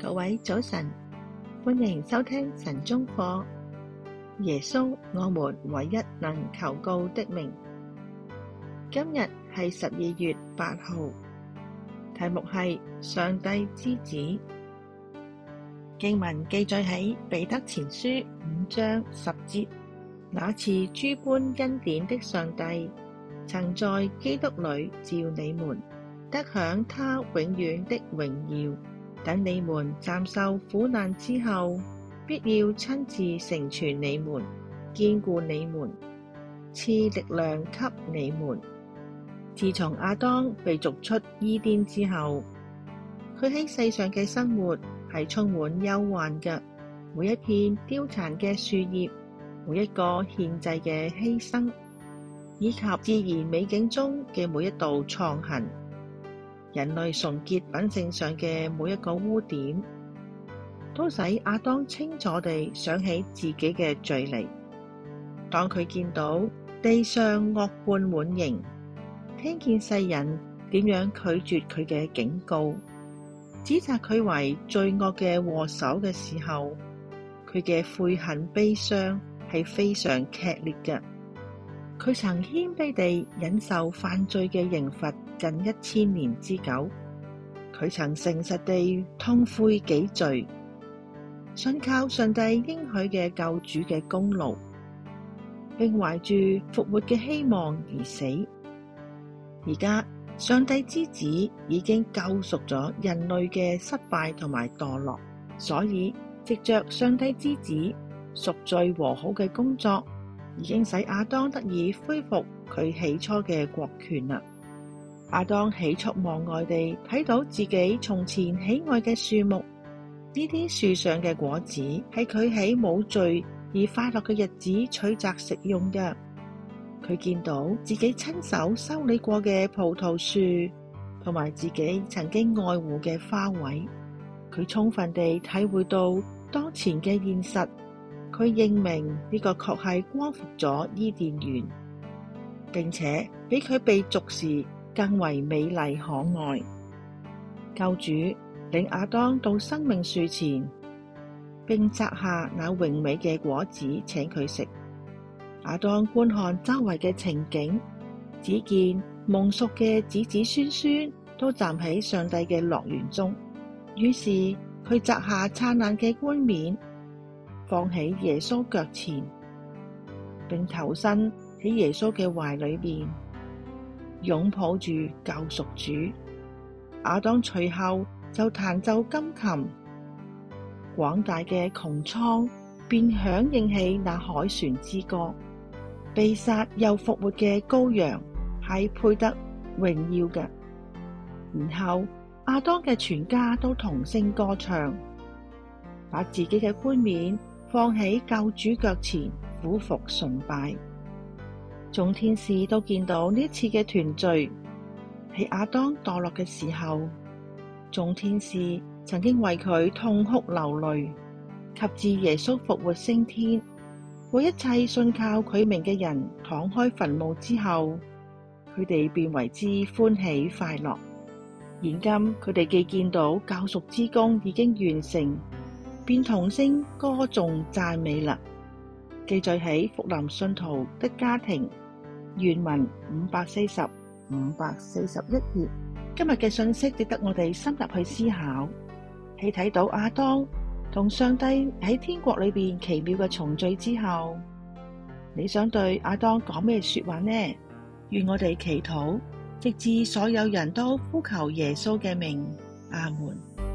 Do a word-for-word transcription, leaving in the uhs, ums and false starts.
各位早晨，歡迎收聽晨鐘課。耶穌，我們唯一能求告的名。今日係十二月八號，題目係上帝之子。經文記載喺彼得前書五章十節，那賜諸般恩典的上帝，曾在基督裏召你們，得享他永遠的榮耀。等你們暫受苦難之後，必要親自成全你們，堅固你們，賜力量給你們。自從亞當被逐出伊甸之後，佢喺世上嘅生活係充滿憂患嘅。每一片凋殘嘅樹葉，每一個獻祭嘅犧牲，以及自然美景中嘅每一道創痕，人類純潔品性上嘅每一個污點，都使亞當清楚地想起自己嘅罪嚟。當佢見到地上惡貫滿盈，聽見世人點樣拒絕佢嘅警告，指責佢為罪惡嘅禍首嘅時候，佢嘅悔恨悲傷係非常劇烈嘅。佢曾謙卑地忍受犯罪嘅刑罰近一千年之久，佢曾誠實地痛悔己罪，信靠上帝應許嘅救主嘅功勞，並懷住復活嘅希望而死。而家上帝之子已經救贖咗人類嘅失敗同埋墮落，所以藉着上帝之子贖罪和好嘅工作，已經使亞當得以恢復佢起初嘅國權啦。亞當喜出望外地睇到自己從前喜愛嘅樹木，呢啲樹上嘅果子係佢喺冇罪而快樂嘅日子取摘食用嘅。佢見到自己親手修理過嘅葡萄樹，同埋自己曾經愛護嘅花卉，佢充分地體會到當前嘅現實。佢認明呢個確係光復咗伊甸園，並且比佢被逐時更為美麗可愛。救主領亞當到生命樹前，並摘下那榮美嘅果子請佢食。亞當觀看周圍嘅情景，只見蒙贖嘅子子孫孫都站喺上帝嘅樂園中。於是佢摘下燦爛嘅冠冕，放喺耶穌腳前，並投身喺耶穌嘅懷裏面，擁抱住救贖主。亞當隨後就彈奏金琴，廣大嘅穹蒼便響應起那凱旋之歌。被殺又復活嘅羔羊係配得榮耀嘅。然後亞當嘅全家都同聲歌唱，把自己嘅冠冕放喺救主腳前，俯伏崇拜。眾天使都見到呢次嘅團聚。喺亞當墮落嘅時候，眾天使曾經為佢痛哭流淚，及至耶穌復活升天，為一切信靠佢名嘅人敞開墳墓之後，佢哋便為之歡喜快樂。現今佢哋既見到救贖之功已經完成，便同聲歌頌讚美啦。記載喺福林信徒的家庭原文五百四十、五百四十一頁。今日嘅信息值得我哋深入去思考。喺睇到亞當同上帝喺天國裏邊奇妙嘅重聚之後，你想對亞當講咩說話呢？願我哋祈禱，直至所有人都呼求耶穌嘅名。阿門。